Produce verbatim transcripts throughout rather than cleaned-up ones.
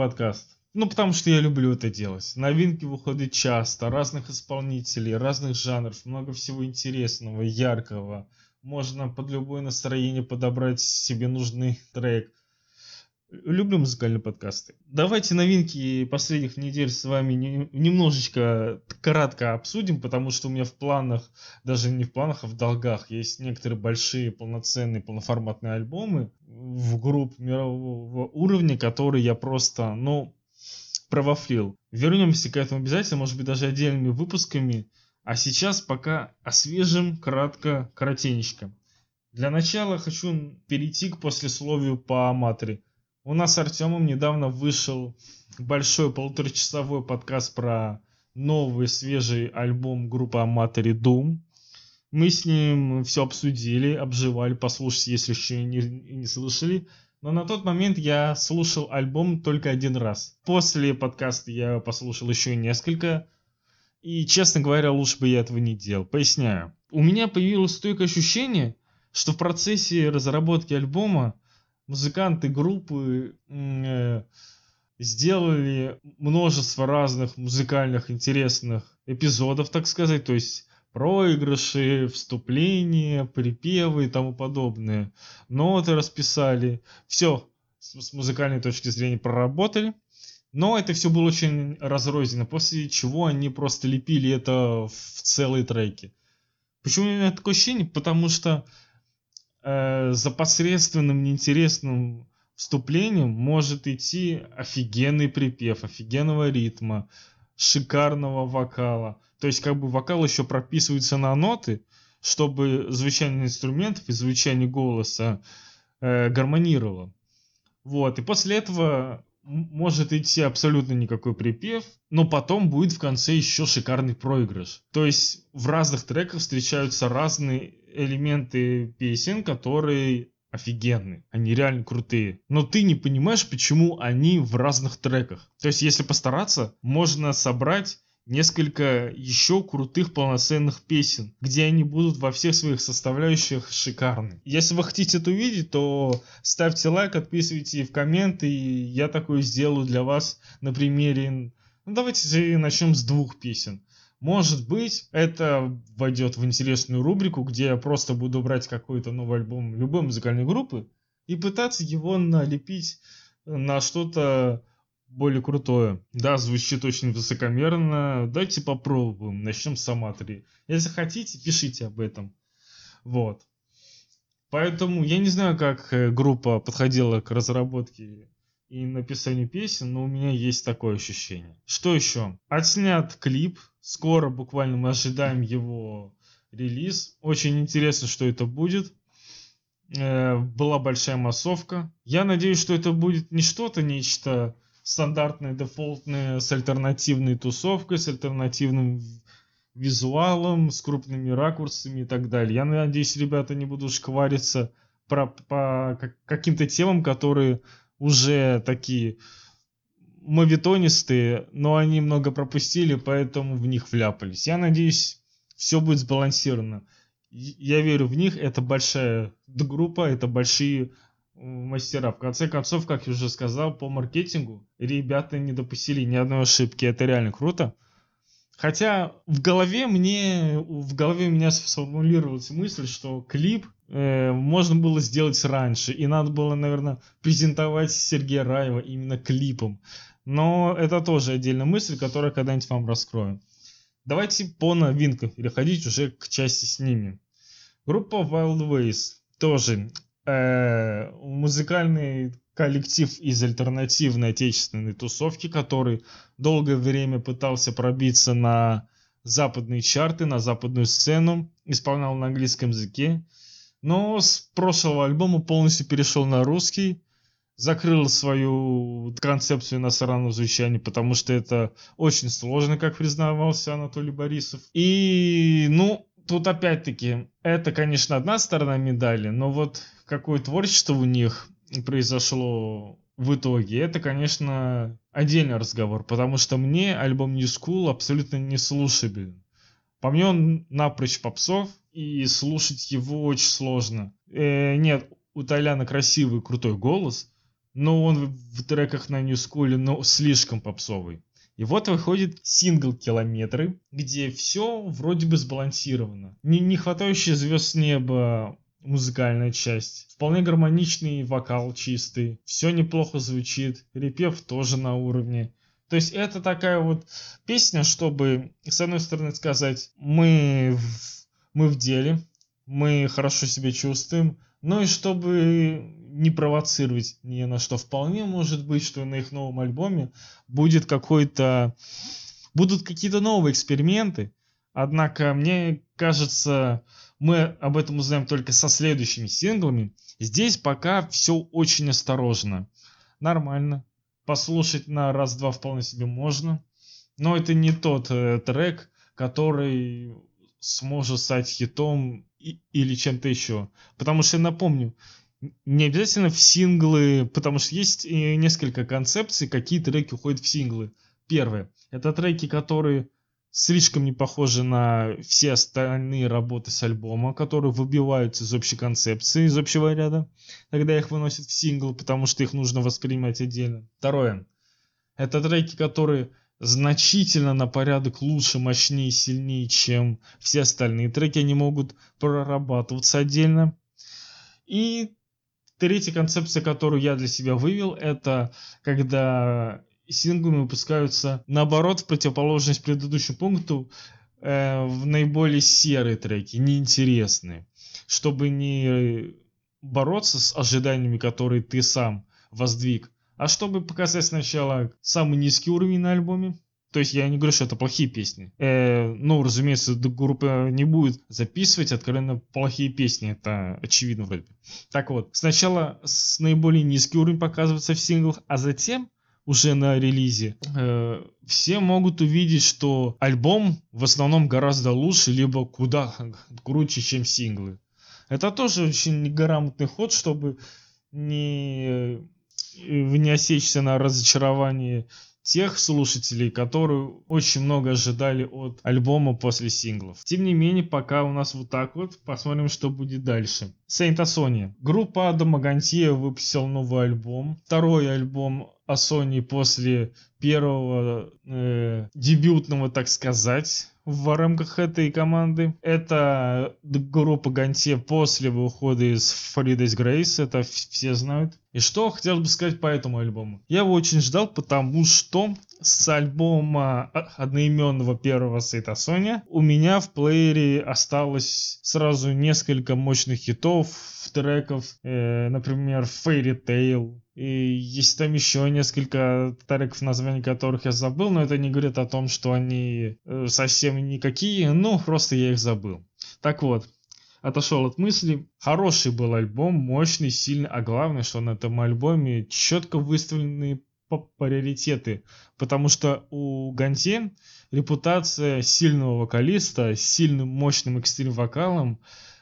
подкаст. Ну, потому что я люблю это делать. Новинки выходят часто, разных исполнителей, разных жанров, много всего интересного, яркого. Можно под любое настроение подобрать себе нужный трек. Люблю музыкальные подкасты. Давайте новинки последних недель с вами не, немножечко кратко обсудим, потому что у меня в планах, даже не в планах, а в долгах, есть некоторые большие полноценные полноформатные альбомы в групп мирового уровня, которые я просто, ну, провафлил. Вернемся к этому обязательно, может быть, даже отдельными выпусками. А сейчас пока освежим кратко, коротенечко. Для начала хочу перейти к послесловию по Аматори. У нас с Артемом недавно вышел большой полуторачасовой подкаст про новый свежий альбом группы Аматори Doom. Мы с ним все обсудили, обживали, послушайте, если еще не, не слышали. Но на тот момент я слушал альбом только один раз. После подкаста я послушал еще несколько. И, честно говоря, лучше бы я этого не делал. Поясняю. У меня появилось стойкое ощущение, что в процессе разработки альбома музыканты группы э, сделали множество разных музыкальных интересных эпизодов, так сказать, то есть проигрыши, вступления, припевы и тому подобное. Ноты расписали, все с музыкальной точки зрения проработали, но это все было очень разрозненно, после чего они просто лепили это в целые треки. Почему у меня такое ощущение? Потому что за посредственным, неинтересным вступлением может идти офигенный припев, офигенного ритма, шикарного вокала. То есть как бы вокал еще прописывается на ноты, чтобы звучание инструментов и звучание голоса э, гармонировало. Вот. И после этого может идти абсолютно никакой припев, но потом будет в конце еще шикарный проигрыш. То есть в разных треках встречаются разные элементы песен, которые офигенные, они реально крутые. Но ты не понимаешь, почему они в разных треках. То есть если постараться, можно собрать несколько еще крутых полноценных песен, где они будут во всех своих составляющих шикарны. Если вы хотите это увидеть, то ставьте лайк, отписывайте в комменты, и я такое сделаю для вас на примере. Ну, давайте начнем с двух песен. Может быть, это войдет в интересную рубрику, где я просто буду брать какой-то новый альбом любой музыкальной группы и пытаться его налепить на что-то более крутое. Да, звучит очень высокомерно. Давайте попробуем. Начнем с Аматори. Если хотите, пишите об этом. Вот. Поэтому я не знаю, как группа подходила к разработке и написанию песен, но у меня есть такое ощущение. Что еще? Отснят клип. Скоро буквально мы ожидаем его релиз. Очень интересно, что это будет. Э, была большая массовка. Я надеюсь, что это будет не что-то, нечто стандартное, дефолтное, с альтернативной тусовкой, с альтернативным визуалом, с крупными ракурсами и так далее. Я надеюсь, ребята не будут шквариться про, по каким-то темам, которые уже такие мовитонистые, но они много пропустили, поэтому в них вляпались. Я надеюсь, все будет сбалансировано. Я верю в них, это большая группа, это большие мастера. В конце концов, как я уже сказал, по маркетингу ребята не допустили ни одной ошибки. Это реально круто. Хотя в голове мне, в голове у меня сформулировалась мысль, что клип э, можно было сделать раньше. И надо было, наверное, презентовать Сергея Раева именно клипом. Но это тоже отдельная мысль, которую когда-нибудь вам раскрою. Давайте по новинкам переходить уже к части с ними. Группа Wild Ways. Тоже э, музыкальный коллектив из альтернативной отечественной тусовки, который долгое время пытался пробиться на западные чарты, на западную сцену, исполнял на английском языке, но с прошлого альбома полностью перешел на русский, закрыл свою концепцию иностранного звучания, потому что это очень сложно, как признавался Анатолий Борисов. И, ну, тут опять-таки, это, конечно, одна сторона медали, но вот какое творчество у них произошло в итоге, это, конечно, отдельный разговор, потому что мне альбом New School абсолютно не слушабелен. По мне он напрочь попсов, и слушать его очень сложно. Э, нет, у Толяна красивый, крутой голос, но он в треках на New School, ну, слишком попсовый. И вот выходит сингл «Километры», где все вроде бы сбалансировано. Не, не хватающая звезд с неба музыкальная часть. Вполне гармоничный вокал чистый. Все неплохо звучит. Репев тоже на уровне. То есть это такая вот песня, чтобы, с одной стороны, сказать, мы в, мы в деле, мы хорошо себя чувствуем, но и чтобы не провоцировать ни на что. Вполне может быть, что на их новом альбоме будет какой-то... будут какие-то новые эксперименты. Однако, мне кажется, мы об этом узнаем только со следующими синглами. Здесь пока все очень осторожно. Нормально. Послушать на раз-два вполне себе можно. Но это не тот э, трек, который сможет стать хитом и, или чем-то еще. Потому что, я напомню, не обязательно в синглы, потому что есть несколько концепций, какие треки уходят в синглы. Первое. Это треки, которые слишком не похожи на все остальные работы с альбома, которые выбиваются из общей концепции, из общего ряда. Тогда их выносят в сингл, потому что их нужно воспринимать отдельно. Второе. Это треки, которые значительно на порядок лучше, мощнее, сильнее, чем все остальные треки. Они могут прорабатываться отдельно. И третья концепция, которую я для себя вывел, это когда синглы выпускаются наоборот в противоположность предыдущему пункту, э, в наиболее серые треки, неинтересные, чтобы не бороться с ожиданиями, которые ты сам воздвиг, а чтобы показать сначала самый низкий уровень на альбоме. То есть я не говорю, что это плохие песни. Э, ну, разумеется, группа не будет записывать откровенно плохие песни. Это очевидно вроде бы. Так вот, сначала с наиболее низкий уровень показывается в синглах, а затем уже на релизе э, все могут увидеть, что альбом в основном гораздо лучше, либо куда круче, чем синглы. Это тоже очень неграмотный ход, чтобы не, не осечься на разочаровании тех слушателей, которые очень много ожидали от альбома после синглов. Тем не менее, пока у нас вот так вот. Посмотрим, что будет дальше. Saint Asonia. Группа Адама Гантье выпустила новый альбом. Второй альбом Asonia после первого э, дебютного, так сказать, в рамках этой команды. Это группа Гантье после выхода из Friday's Grace. Это все знают. И что хотел бы сказать по этому альбому? Я его очень ждал, потому что с альбома одноименного первого Saint Asonia у меня в плеере осталось сразу несколько мощных хитов, треков, э, например, Fairy Tail. И есть там еще несколько треков, названия которых я забыл, но это не говорит о том, что они совсем никакие, ну, просто я их забыл. Так вот, отошел от мысли. Хороший был альбом, мощный, сильный, а главное, что на этом альбоме четко выставлены приоритеты, потому что у Гантье репутация сильного вокалиста с сильным, мощным экстрим-вокалом,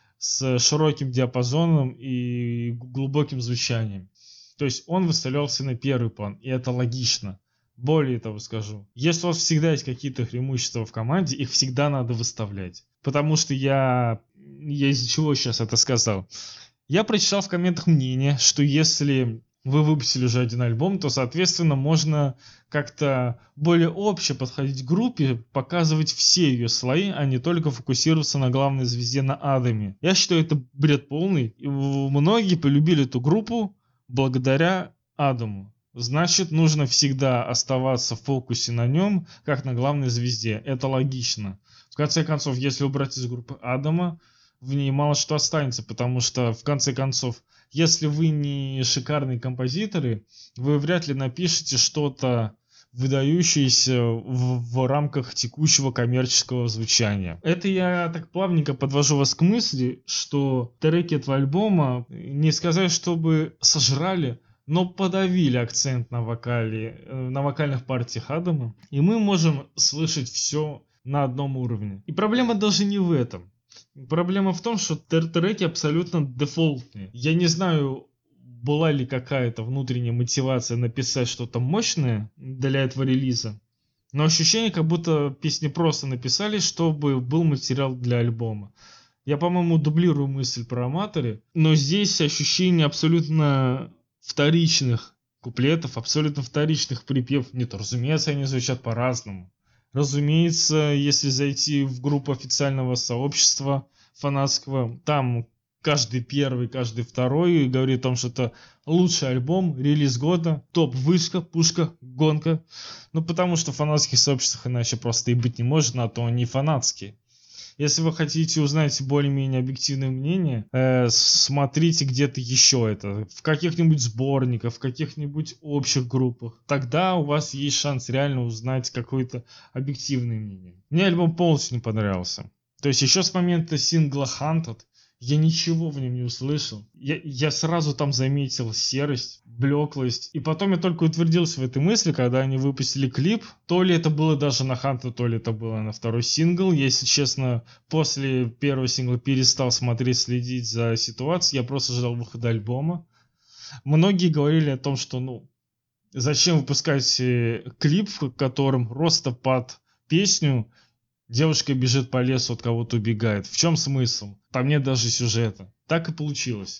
с широким диапазоном и глубоким звучанием. То есть он выставлялся на первый план, и это логично. Более того скажу, если у вас всегда есть какие-то преимущества в команде, их всегда надо выставлять. Потому что я... Я из-за чего сейчас это сказал? Я прочитал в комментах мнение, что если вы выпустили уже один альбом, то, соответственно, можно как-то более обще подходить к группе, показывать все ее слои, а не только фокусироваться на главной звезде, на Адаме. Я считаю, это бред полный. И многие полюбили эту группу благодаря Адаму. Значит, нужно всегда оставаться в фокусе на нем, как на главной звезде. Это логично. В конце концов, если убрать из группы Адама, в ней мало что останется, потому что, в конце концов, если вы не шикарные композиторы, вы вряд ли напишете что-то выдающееся в, в рамках текущего коммерческого звучания. Это я так плавненько подвожу вас к мысли, что треки этого альбома, не сказать, чтобы сожрали, но подавили акцент на вокале, на вокальных партиях Адама, и мы можем слышать все на одном уровне. И проблема даже не в этом. Проблема в том, что треки абсолютно дефолтные. Я не знаю, была ли какая-то внутренняя мотивация написать что-то мощное для этого релиза, но ощущение, как будто песни просто написали, чтобы был материал для альбома. Я, по-моему, дублирую мысль про Аматори, но здесь ощущение абсолютно вторичных куплетов, абсолютно вторичных припевов. Нет, разумеется, они звучат по-разному. Разумеется, если зайти в группу официального сообщества фанатского, там каждый первый, каждый второй говорит о том, что это лучший альбом, релиз года, топ-вышка, пушка, гонка. Ну, потому что в фанатских сообществах иначе просто и быть не может, а то они фанатские. Если вы хотите узнать более-менее объективное мнение, э, смотрите где-то еще это, в каких-нибудь сборниках, в каких-нибудь общих группах. Тогда у вас есть шанс реально узнать какое-то объективное мнение. Мне альбом полностью не понравился. То есть еще с момента сингла Hunted я ничего в нем не услышал. Я, я сразу там заметил серость, блеклость. И потом я только утвердился в этой мысли, когда они выпустили клип. То ли это было даже на Hunted, то ли это было на второй сингл. Я, если честно, после первого сингла перестал смотреть, следить за ситуацией. Я просто ждал выхода альбома. Многие говорили о том, что, ну, зачем выпускать клип, в котором просто под песню девушка бежит по лесу, от кого-то убегает. В чем смысл? Там нет даже сюжета. Так и получилось.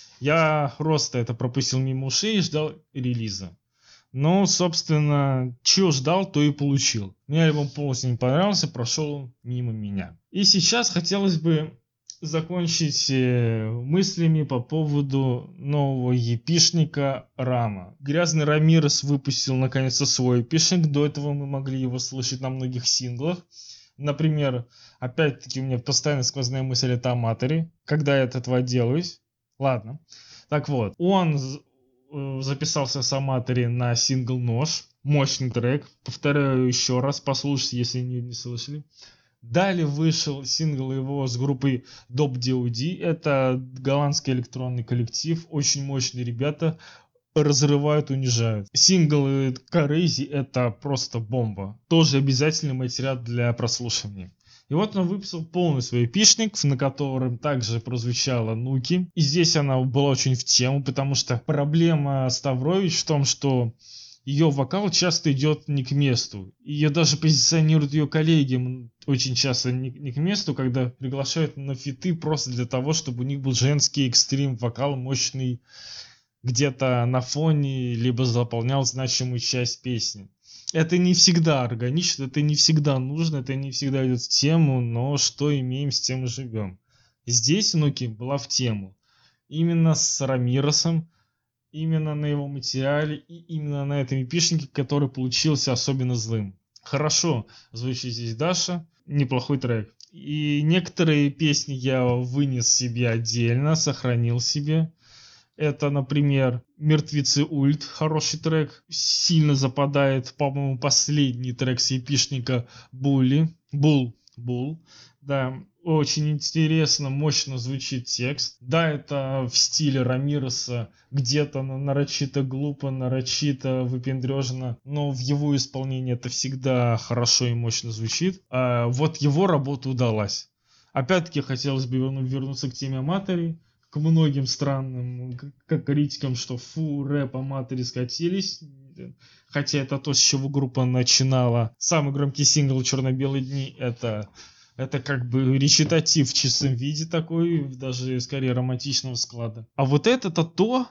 Я просто это пропустил мимо ушей и ждал релиза. Но, собственно, чего ждал, то и получил. Мне альбом полностью не понравился, прошел мимо меня. И сейчас хотелось бы закончить мыслями по поводу нового епишника Рама. Грязный Рамирес выпустил наконец-то свой епишник. До этого мы могли его слышать на многих синглах. Например, опять-таки у меня постоянно сквозная мысль это о Аматори, когда я от этого отделаюсь. Ладно. Так вот, он записался с Аматори на сингл «Нож». Мощный трек. Повторяю еще раз, послушайте, если не, не слышали. Далее вышел сингл его с группой Доп ди о ди. Это голландский электронный коллектив. Очень мощные ребята. Разрывают, унижают. Сингл Crazy это просто бомба. Тоже обязательный материал для прослушивания. И вот он выпустил полный свой эпишник, на котором также прозвучала Нуки. И здесь она была очень в тему, потому что проблема Ставрович в том, что ее вокал часто идет не к месту. Ее даже позиционируют ее коллеги очень часто не, не к месту, когда приглашают на фиты просто для того, чтобы у них был женский экстрим, вокал мощный где-то на фоне, либо заполнял значимую часть песни. Это не всегда органично, это не всегда нужно, это не всегда идет в тему, но что имеем, с тем и живем. Здесь Нуки была в тему. Именно с Рамиресом, именно на его материале и именно на этом эпишнике, который получился особенно злым. Хорошо звучит здесь Даша, неплохой трек. И некоторые песни я вынес себе отдельно, сохранил себе. Это, например, «Мертвецы Ульт», хороший трек, сильно западает, по-моему, последний трек с эпишника «Булли», «Бул», «Бул», да, очень интересно, мощно звучит текст. Да, это в стиле Рамиреса, где-то нарочито глупо, нарочито выпендрежно, но в его исполнении это всегда хорошо и мощно звучит. А вот его работа удалась. Опять-таки, хотелось бы вернуться к теме Аматори. К многим странным как критикам, что фу, рэп, Аматори скатились. Хотя это то, с чего группа начинала. Самый громкий сингл «Черно-белые дни» это, это как бы речитатив в чистом виде такой, даже скорее романтичного склада. А вот это-то то,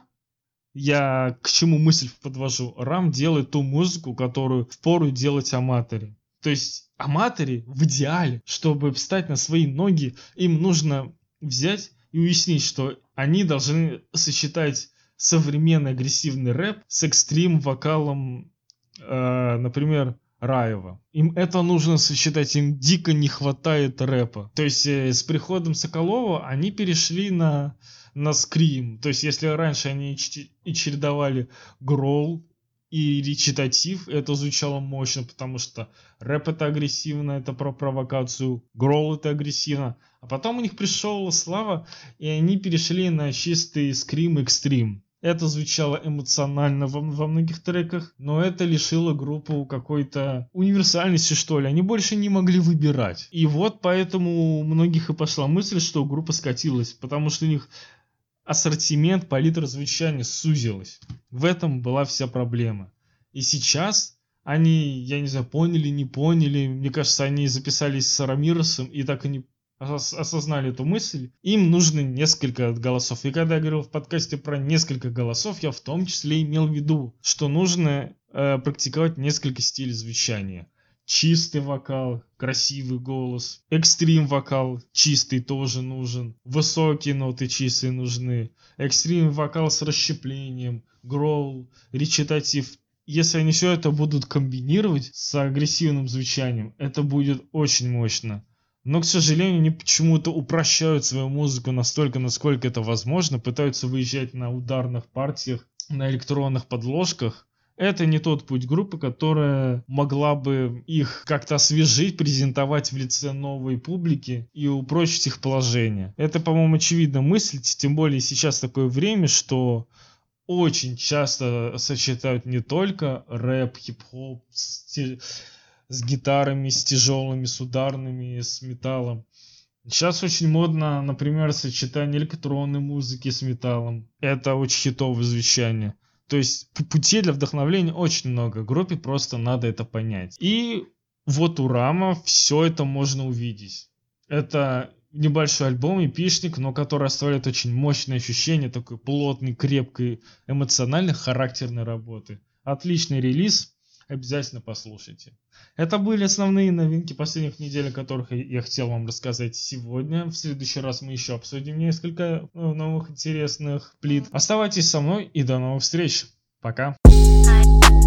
я к чему мысль подвожу. Рам делает ту музыку, которую впору делать Аматори. То есть Аматори в идеале, чтобы встать на свои ноги, им нужно взять и уяснить, что они должны сочетать современный агрессивный рэп с экстрим-вокалом, э, например, Раева. Им это нужно сочетать, им дико не хватает рэпа. То есть э, с приходом Соколова они перешли на, на скрим. То есть если раньше они и чередовали гроул и речитатив, это звучало мощно, потому что рэп это агрессивно, это про провокацию, гроул это агрессивно. А потом у них пришел Слава, и они перешли на чистый скрим-экстрим. Это звучало эмоционально во, во многих треках, но это лишило группу какой-то универсальности, что ли. Они больше не могли выбирать. И вот поэтому у многих и пошла мысль, что группа скатилась, потому что у них ассортимент, палитра звучания сузилась. В этом была вся проблема. И сейчас они, я не знаю, поняли, не поняли. Мне кажется, они записались с Рамиресом и так и не ос- осознали эту мысль, им нужно несколько голосов. И когда я говорил в подкасте про несколько голосов, я в том числе имел в виду, что нужно э, практиковать несколько стилей звучания. Чистый вокал, красивый голос, экстрим вокал чистый тоже нужен, высокие ноты чистые нужны, экстрим вокал с расщеплением, гроул, речитатив. Если они все это будут комбинировать с агрессивным звучанием, это будет очень мощно. Но, к сожалению, они почему-то упрощают свою музыку настолько, насколько это возможно, пытаются выезжать на ударных партиях, на электронных подложках. Это не тот путь группы, которая могла бы их как-то освежить, презентовать в лице новой публики и упрочить их положение. Это, по-моему, очевидно мыслить, тем более сейчас такое время, что очень часто сочетают не только рэп, хип-хоп с, те- с гитарами, с тяжелыми, с ударными, с металлом. Сейчас очень модно, например, сочетание электронной музыки с металлом. Это очень хитовое звучание. То есть путей для вдохновления очень много. Группе просто надо это понять. И вот у Рама все это можно увидеть. Это небольшой альбом, эпишник, но который оставляет очень мощное ощущение такой плотной, крепкой, эмоциональной, характерной работы. Отличный релиз. Обязательно послушайте. Это были основные новинки последних недель, о которых я хотел вам рассказать сегодня. В следующий раз мы еще обсудим несколько новых интересных плит. Оставайтесь со мной и до новых встреч. Пока.